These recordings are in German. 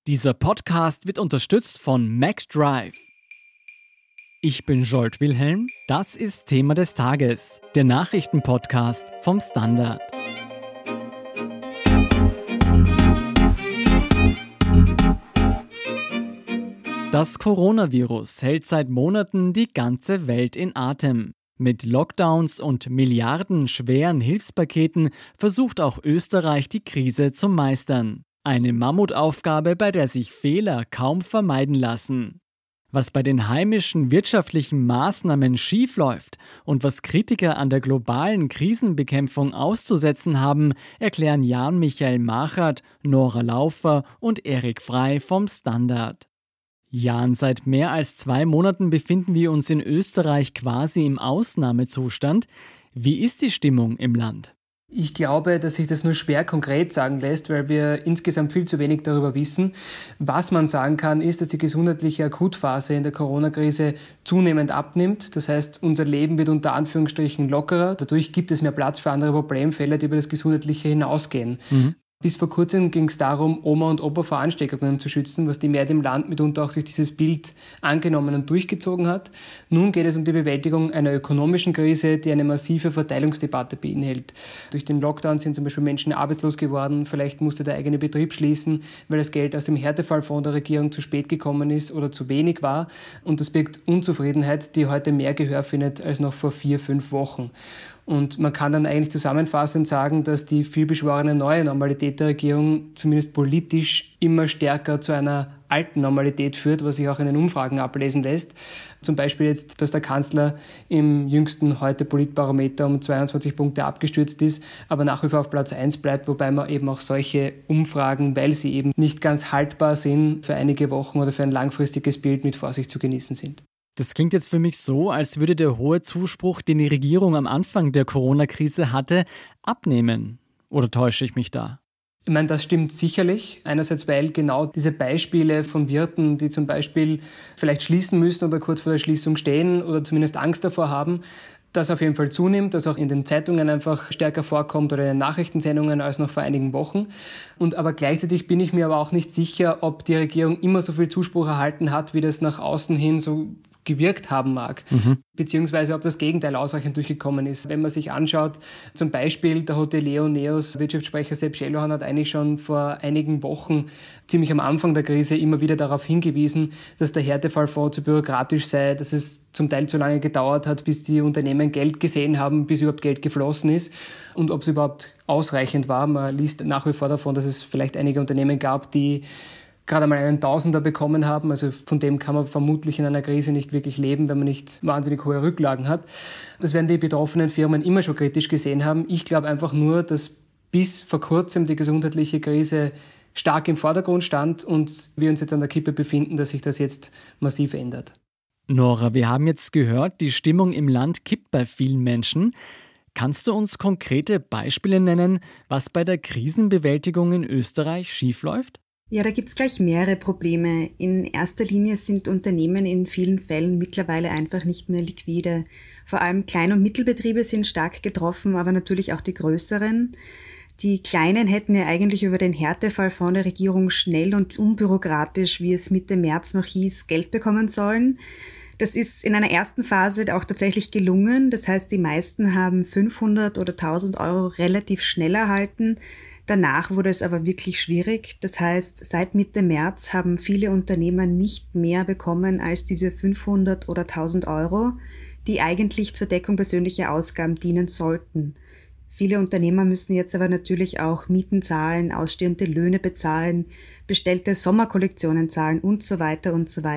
Dieser Podcast wird unterstützt von MacDrive. Ich bin Jolt Wilhelm, das ist Thema des Tages, der Nachrichtenpodcast vom Standard. Das Coronavirus hält seit Monaten die ganze Welt in Atem. Mit Lockdowns und milliardenschweren Hilfspaketen versucht auch Österreich die Krise zu meistern. Eine Mammutaufgabe, bei der sich Fehler kaum vermeiden lassen. Was bei den heimischen wirtschaftlichen Maßnahmen schiefläuft und was Kritiker an der globalen Krisenbekämpfung auszusetzen haben, erklären Jan-Michael Machert, Nora Laufer und Erik Frey vom Standard. Jan, seit mehr als 2 Monaten befinden wir uns in Österreich quasi im Ausnahmezustand. Wie ist die Stimmung im Land? Ich glaube, dass sich das nur schwer konkret sagen lässt, weil wir insgesamt viel zu wenig darüber wissen. Was man sagen kann, ist, dass die gesundheitliche Akutphase in der Corona-Krise zunehmend abnimmt. Das heißt, unser Leben wird unter Anführungsstrichen lockerer. Dadurch gibt es mehr Platz für andere Problemfälle, die über das Gesundheitliche hinausgehen. Bis vor kurzem ging es darum, Oma und Opa vor Ansteckungen zu schützen, was die Mehrheit im Land mitunter auch durch dieses Bild angenommen und durchgezogen hat. Nun geht es um die Bewältigung einer ökonomischen Krise, die eine massive Verteilungsdebatte beinhaltet. Durch den Lockdown sind zum Beispiel Menschen arbeitslos geworden, vielleicht musste der eigene Betrieb schließen, weil das Geld aus dem Härtefallfonds der Regierung zu spät gekommen ist oder zu wenig war. Und das birgt Unzufriedenheit, die heute mehr Gehör findet als noch vor 4-5 Wochen. Und man kann dann eigentlich zusammenfassend sagen, dass die vielbeschworene neue Normalität der Regierung zumindest politisch immer stärker zu einer alten Normalität führt, was sich auch in den Umfragen ablesen lässt. Zum Beispiel jetzt, dass der Kanzler im jüngsten Heute-Politbarometer um 22 Punkte abgestürzt ist, aber nach wie vor auf Platz 1 bleibt, wobei man eben auch solche Umfragen, weil sie eben nicht ganz haltbar sind, für einige Wochen oder für ein langfristiges Bild mit Vorsicht zu genießen sind. Das klingt jetzt für mich so, als würde der hohe Zuspruch, den die Regierung am Anfang der Corona-Krise hatte, abnehmen. Oder täusche ich mich da? Ich meine, das stimmt sicherlich. Einerseits, weil genau diese Beispiele von Wirten, die zum Beispiel vielleicht schließen müssen oder kurz vor der Schließung stehen oder zumindest Angst davor haben, das auf jeden Fall zunimmt, das auch in den Zeitungen einfach stärker vorkommt oder in den Nachrichtensendungen als noch vor einigen Wochen. Aber gleichzeitig bin ich mir aber auch nicht sicher, ob die Regierung immer so viel Zuspruch erhalten hat, wie das nach außen hin so gewirkt haben mag, beziehungsweise ob das Gegenteil ausreichend durchgekommen ist. Wenn man sich anschaut, zum Beispiel der Hotelier und NEOS Wirtschaftssprecher Sepp Schellhorn hat eigentlich schon vor einigen Wochen, ziemlich am Anfang der Krise, immer wieder darauf hingewiesen, dass der Härtefallfonds zu bürokratisch sei, dass es zum Teil zu lange gedauert hat, bis die Unternehmen Geld gesehen haben, bis überhaupt Geld geflossen ist und ob es überhaupt ausreichend war. Man liest nach wie vor davon, dass es vielleicht einige Unternehmen gab, die gerade einmal einen Tausender bekommen haben. Also von dem kann man vermutlich in einer Krise nicht wirklich leben, wenn man nicht wahnsinnig hohe Rücklagen hat. Das werden die betroffenen Firmen immer schon kritisch gesehen haben. Ich glaube einfach nur, dass bis vor kurzem die gesundheitliche Krise stark im Vordergrund stand und wir uns jetzt an der Kippe befinden, dass sich das jetzt massiv ändert. Nora, wir haben jetzt gehört, die Stimmung im Land kippt bei vielen Menschen. Kannst du uns konkrete Beispiele nennen, was bei der Krisenbewältigung in Österreich schiefläuft? Ja, da gibt's gleich mehrere Probleme. In erster Linie sind Unternehmen in vielen Fällen mittlerweile einfach nicht mehr liquide. Vor allem Klein- und Mittelbetriebe sind stark getroffen, aber natürlich auch die größeren. Die Kleinen hätten ja eigentlich über den Härtefallfonds der Regierung schnell und unbürokratisch, wie es Mitte März noch hieß, Geld bekommen sollen. Das ist in einer ersten Phase auch tatsächlich gelungen. Das heißt, die meisten haben 500 oder 1000 Euro relativ schnell erhalten. Danach wurde es aber wirklich schwierig. Das heißt, seit Mitte März haben viele Unternehmer nicht mehr bekommen als diese 500 oder 1000 Euro, die eigentlich zur Deckung persönlicher Ausgaben dienen sollten. Viele Unternehmer müssen jetzt aber natürlich auch Mieten zahlen, ausstehende Löhne bezahlen, bestellte Sommerkollektionen zahlen und so weiter,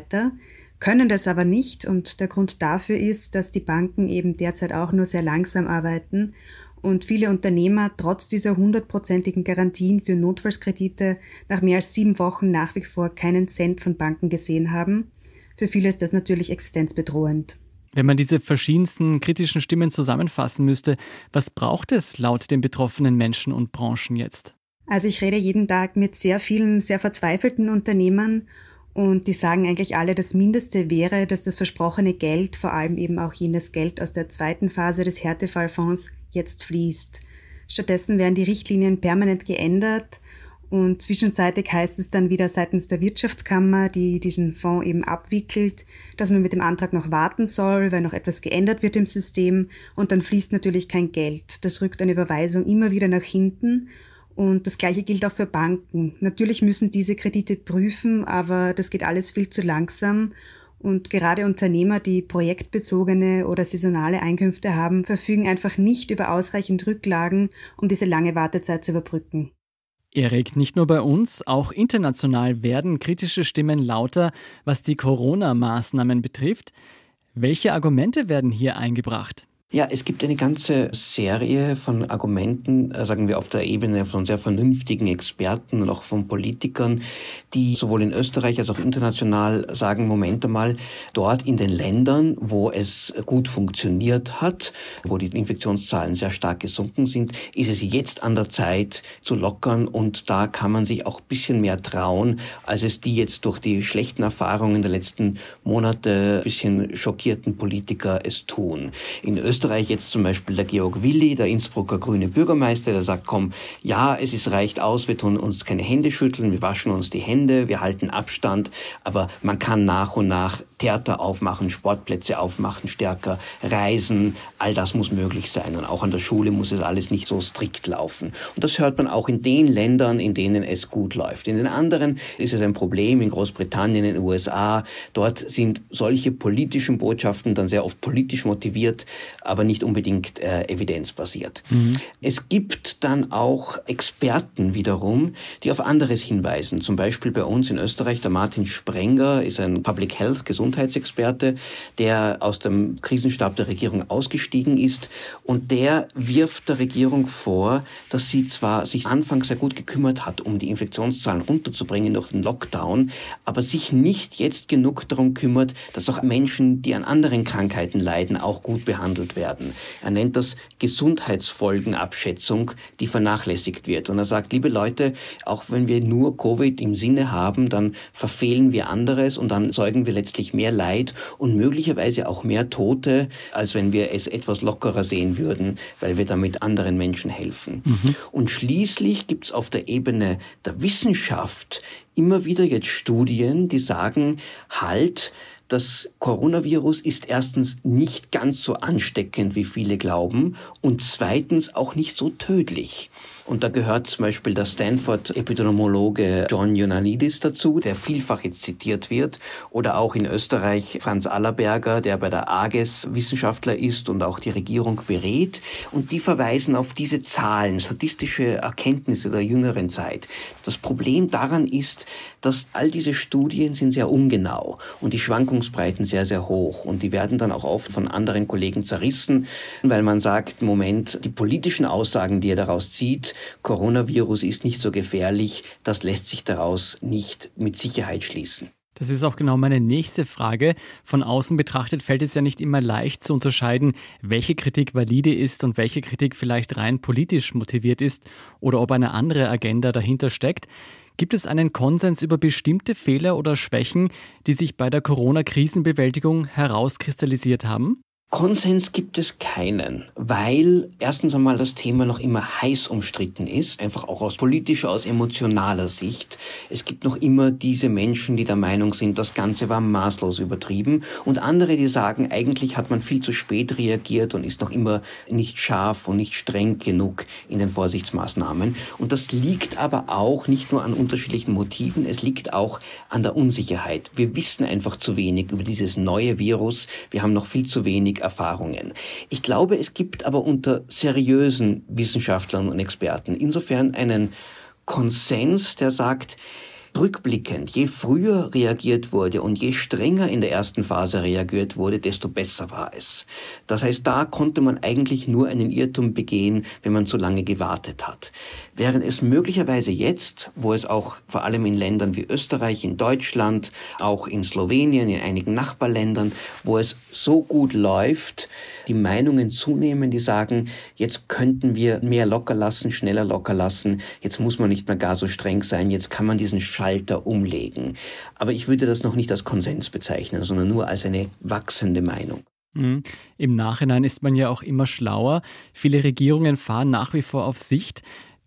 können das aber nicht. Und der Grund dafür ist, dass die Banken eben derzeit auch nur sehr langsam arbeiten und viele Unternehmer trotz dieser 100%igen Garantien für Notfallskredite nach mehr als 7 Wochen nach wie vor keinen Cent von Banken gesehen haben. Für viele ist das natürlich existenzbedrohend. Wenn man diese verschiedensten kritischen Stimmen zusammenfassen müsste, was braucht es laut den betroffenen Menschen und Branchen jetzt? Also ich rede jeden Tag mit sehr vielen, sehr verzweifelten Unternehmern und die sagen eigentlich alle, das Mindeste wäre, dass das versprochene Geld, vor allem eben auch jenes Geld aus der zweiten Phase des Härtefallfonds, jetzt fließt. Stattdessen werden die Richtlinien permanent geändert Und zwischenzeitlich heißt es dann wieder seitens der Wirtschaftskammer, die diesen Fonds eben abwickelt, dass man mit dem Antrag noch warten soll, weil noch etwas geändert wird im System. Und dann fließt natürlich kein Geld. Das rückt eine Überweisung immer wieder nach hinten. Und das Gleiche gilt auch für Banken. Natürlich müssen diese Kredite prüfen, aber das geht alles viel zu langsam. Und gerade Unternehmer, die projektbezogene oder saisonale Einkünfte haben, verfügen einfach nicht über ausreichend Rücklagen, um diese lange Wartezeit zu überbrücken. Erik, nicht nur bei uns, auch international werden kritische Stimmen lauter, was die Corona-Maßnahmen betrifft. Welche Argumente werden hier eingebracht? Ja, es gibt eine ganze Serie von Argumenten, sagen wir auf der Ebene von sehr vernünftigen Experten und auch von Politikern, die sowohl in Österreich als auch international sagen, Moment einmal, dort in den Ländern, wo es gut funktioniert hat, wo die Infektionszahlen sehr stark gesunken sind, ist es jetzt an der Zeit zu lockern und da kann man sich auch ein bisschen mehr trauen, als es die jetzt durch die schlechten Erfahrungen der letzten Monate ein bisschen schockierten Politiker es tun. In Österreich jetzt zum Beispiel der Georg Willi, der Innsbrucker grüne Bürgermeister, der sagt, komm, ja, reicht aus, wir tun uns keine Hände schütteln, wir waschen uns die Hände, wir halten Abstand, aber man kann nach und nach Theater aufmachen, Sportplätze aufmachen, stärker reisen, all das muss möglich sein und auch an der Schule muss es alles nicht so strikt laufen. Und das hört man auch in den Ländern, in denen es gut läuft. In den anderen ist es ein Problem, in Großbritannien, in den USA, dort sind solche politischen Botschaften dann sehr oft politisch motiviert, aber nicht unbedingt evidenzbasiert. Es gibt dann auch Experten wiederum, die auf anderes hinweisen. Zum Beispiel bei uns in Österreich, der Martin Sprenger ist ein Public Health Gesundheitsexperte, der aus dem Krisenstab der Regierung ausgestiegen ist und der wirft der Regierung vor, dass sie zwar sich anfangs sehr gut gekümmert hat, um die Infektionszahlen runterzubringen durch den Lockdown, aber sich nicht jetzt genug darum kümmert, dass auch Menschen, die an anderen Krankheiten leiden, auch gut behandelt werden. Er nennt das Gesundheitsfolgenabschätzung, die vernachlässigt wird. Und er sagt, liebe Leute, auch wenn wir nur Covid im Sinne haben, dann verfehlen wir anderes und dann erzeugen wir letztlich mehr Leid und möglicherweise auch mehr Tote, als wenn wir es etwas lockerer sehen würden, weil wir damit anderen Menschen helfen. Und schließlich gibt es auf der Ebene der Wissenschaft immer wieder jetzt Studien, die sagen, halt, das Coronavirus ist erstens nicht ganz so ansteckend, wie viele glauben, und zweitens auch nicht so tödlich. Und da gehört zum Beispiel der Stanford-Epidemiologe John Ioannidis dazu, der vielfach jetzt zitiert wird. Oder auch in Österreich Franz Allerberger, der bei der AGES Wissenschaftler ist und auch die Regierung berät. Und die verweisen auf diese Zahlen, statistische Erkenntnisse der jüngeren Zeit. Das Problem daran ist, dass all diese Studien sind sehr ungenau und die Schwankungsbreiten sehr, sehr hoch. Und die werden dann auch oft von anderen Kollegen zerrissen, weil man sagt, Moment, die politischen Aussagen, die er daraus zieht, Coronavirus ist nicht so gefährlich, das lässt sich daraus nicht mit Sicherheit schließen. Das ist auch genau meine nächste Frage. Von außen betrachtet fällt es ja nicht immer leicht zu unterscheiden, welche Kritik valide ist und welche Kritik vielleicht rein politisch motiviert ist oder ob eine andere Agenda dahinter steckt. Gibt es einen Konsens über bestimmte Fehler oder Schwächen, die sich bei der Corona-Krisenbewältigung herauskristallisiert haben? Konsens gibt es keinen, weil erstens einmal das Thema noch immer heiß umstritten ist, einfach auch aus politischer, aus emotionaler Sicht. Es gibt noch immer diese Menschen, die der Meinung sind, das Ganze war maßlos übertrieben und andere, die sagen, eigentlich hat man viel zu spät reagiert und ist noch immer nicht scharf und nicht streng genug in den Vorsichtsmaßnahmen. Und das liegt aber auch nicht nur an unterschiedlichen Motiven, es liegt auch an der Unsicherheit. Wir wissen einfach zu wenig über dieses neue Virus, wir haben noch viel zu wenig Erfahrungen. Ich glaube, es gibt aber unter seriösen Wissenschaftlern und Experten insofern einen Konsens, der sagt, rückblickend, je früher reagiert wurde und je strenger in der ersten Phase reagiert wurde, desto besser war es. Das heißt, da konnte man eigentlich nur einen Irrtum begehen, wenn man zu lange gewartet hat. Während es möglicherweise jetzt, wo es auch vor allem in Ländern wie Österreich, in Deutschland, auch in Slowenien, in einigen Nachbarländern, wo es so gut läuft, die Meinungen zunehmen, die sagen, jetzt könnten wir mehr locker lassen, schneller locker lassen, jetzt muss man nicht mehr gar so streng sein, jetzt kann man diesen Schalter umlegen. Aber ich würde das noch nicht als Konsens bezeichnen, sondern nur als eine wachsende Meinung. Im Nachhinein ist man ja auch immer schlauer. Viele Regierungen fahren nach wie vor auf Sicht.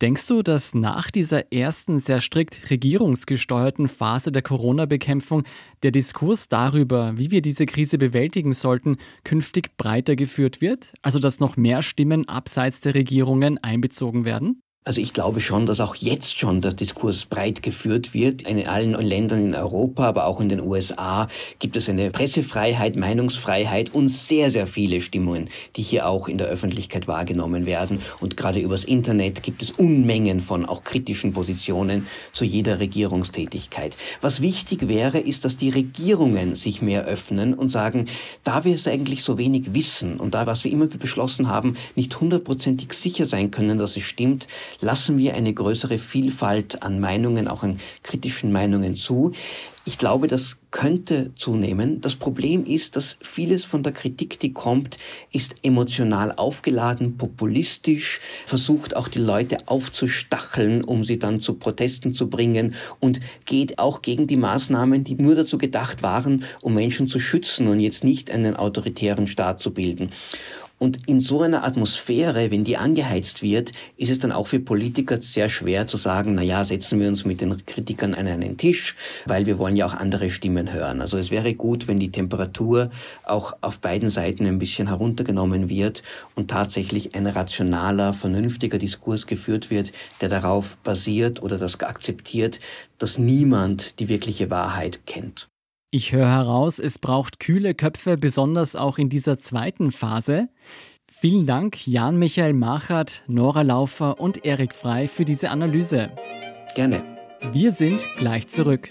Denkst du, dass nach dieser ersten sehr strikt regierungsgesteuerten Phase der Corona-Bekämpfung der Diskurs darüber, wie wir diese Krise bewältigen sollten, künftig breiter geführt wird? Also dass noch mehr Stimmen abseits der Regierungen einbezogen werden? Also ich glaube schon, dass auch jetzt schon der Diskurs breit geführt wird. In allen Ländern in Europa, aber auch in den USA gibt es eine Pressefreiheit, Meinungsfreiheit und sehr, sehr viele Stimmungen, die hier auch in der Öffentlichkeit wahrgenommen werden. Und gerade übers Internet gibt es Unmengen von auch kritischen Positionen zu jeder Regierungstätigkeit. Was wichtig wäre, ist, dass die Regierungen sich mehr öffnen und sagen, da wir es eigentlich so wenig wissen und da, was wir immer beschlossen haben, nicht 100%ig sicher sein können, dass es stimmt, lassen wir eine größere Vielfalt an Meinungen, auch an kritischen Meinungen zu. Ich glaube, das könnte zunehmen. Das Problem ist, dass vieles von der Kritik, die kommt, ist emotional aufgeladen, populistisch, versucht auch die Leute aufzustacheln, um sie dann zu Protesten zu bringen und geht auch gegen die Maßnahmen, die nur dazu gedacht waren, um Menschen zu schützen und jetzt nicht einen autoritären Staat zu bilden. Und in so einer Atmosphäre, wenn die angeheizt wird, ist es dann auch für Politiker sehr schwer zu sagen, setzen wir uns mit den Kritikern an einen Tisch, weil wir wollen ja auch andere Stimmen hören. Also es wäre gut, wenn die Temperatur auch auf beiden Seiten ein bisschen heruntergenommen wird und tatsächlich ein rationaler, vernünftiger Diskurs geführt wird, der darauf basiert oder das akzeptiert, dass niemand die wirkliche Wahrheit kennt. Ich höre heraus, es braucht kühle Köpfe, besonders auch in dieser zweiten Phase. Vielen Dank Jan-Michael Machert, Nora Laufer und Erik Frey für diese Analyse. Gerne. Wir sind gleich zurück.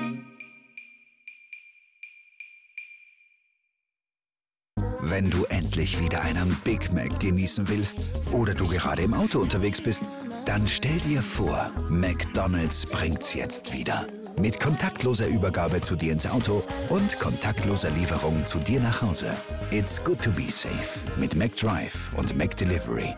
Wenn du endlich wieder einen Big Mac genießen willst oder du gerade im Auto unterwegs bist, dann stell dir vor, McDonald's bringt's jetzt wieder. Mit kontaktloser Übergabe zu dir ins Auto und kontaktloser Lieferung zu dir nach Hause. It's good to be safe mit McDrive und McDelivery.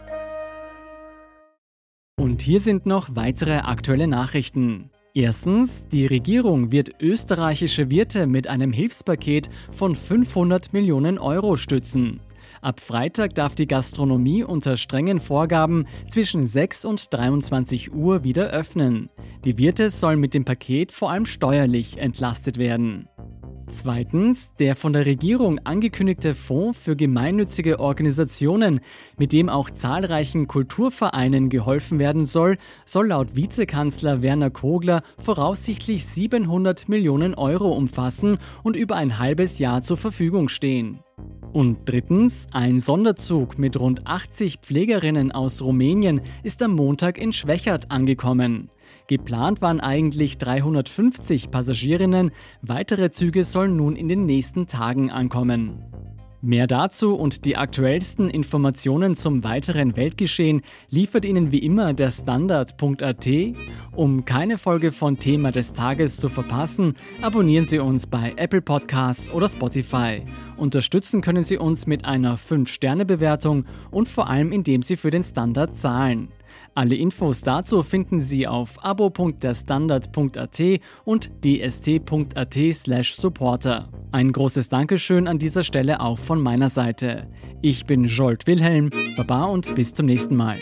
Und hier sind noch weitere aktuelle Nachrichten. Erstens, die Regierung wird österreichische Wirte mit einem Hilfspaket von 500 Millionen Euro stützen. Ab Freitag darf die Gastronomie unter strengen Vorgaben zwischen 6 und 23 Uhr wieder öffnen. Die Wirte sollen mit dem Paket vor allem steuerlich entlastet werden. Zweitens, der von der Regierung angekündigte Fonds für gemeinnützige Organisationen, mit dem auch zahlreichen Kulturvereinen geholfen werden soll laut Vizekanzler Werner Kogler voraussichtlich 700 Millionen Euro umfassen und über ein halbes Jahr zur Verfügung stehen. Und drittens, ein Sonderzug mit rund 80 Pflegerinnen aus Rumänien ist am Montag in Schwechat angekommen. Geplant waren eigentlich 350 Passagierinnen, weitere Züge sollen nun in den nächsten Tagen ankommen. Mehr dazu und die aktuellsten Informationen zum weiteren Weltgeschehen liefert Ihnen wie immer der Standard.at. Um keine Folge von Thema des Tages zu verpassen, abonnieren Sie uns bei Apple Podcasts oder Spotify. Unterstützen können Sie uns mit einer 5-Sterne-Bewertung und vor allem indem Sie für den Standard zahlen. Alle Infos dazu finden Sie auf abo.derstandard.at und dst.at/supporter. Ein großes Dankeschön an dieser Stelle auch von meiner Seite. Ich bin Jolt Wilhelm, Baba und bis zum nächsten Mal.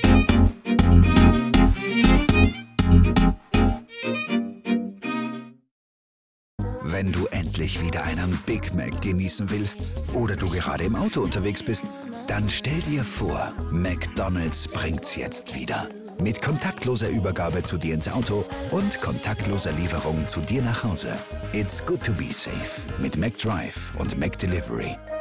Wenn du endlich wieder einen Big Mac genießen willst oder du gerade im Auto unterwegs bist, dann stell dir vor, McDonald's bringt's jetzt wieder. Mit kontaktloser Übergabe zu dir ins Auto und kontaktloser Lieferung zu dir nach Hause. It's good to be safe mit McDrive und McDelivery.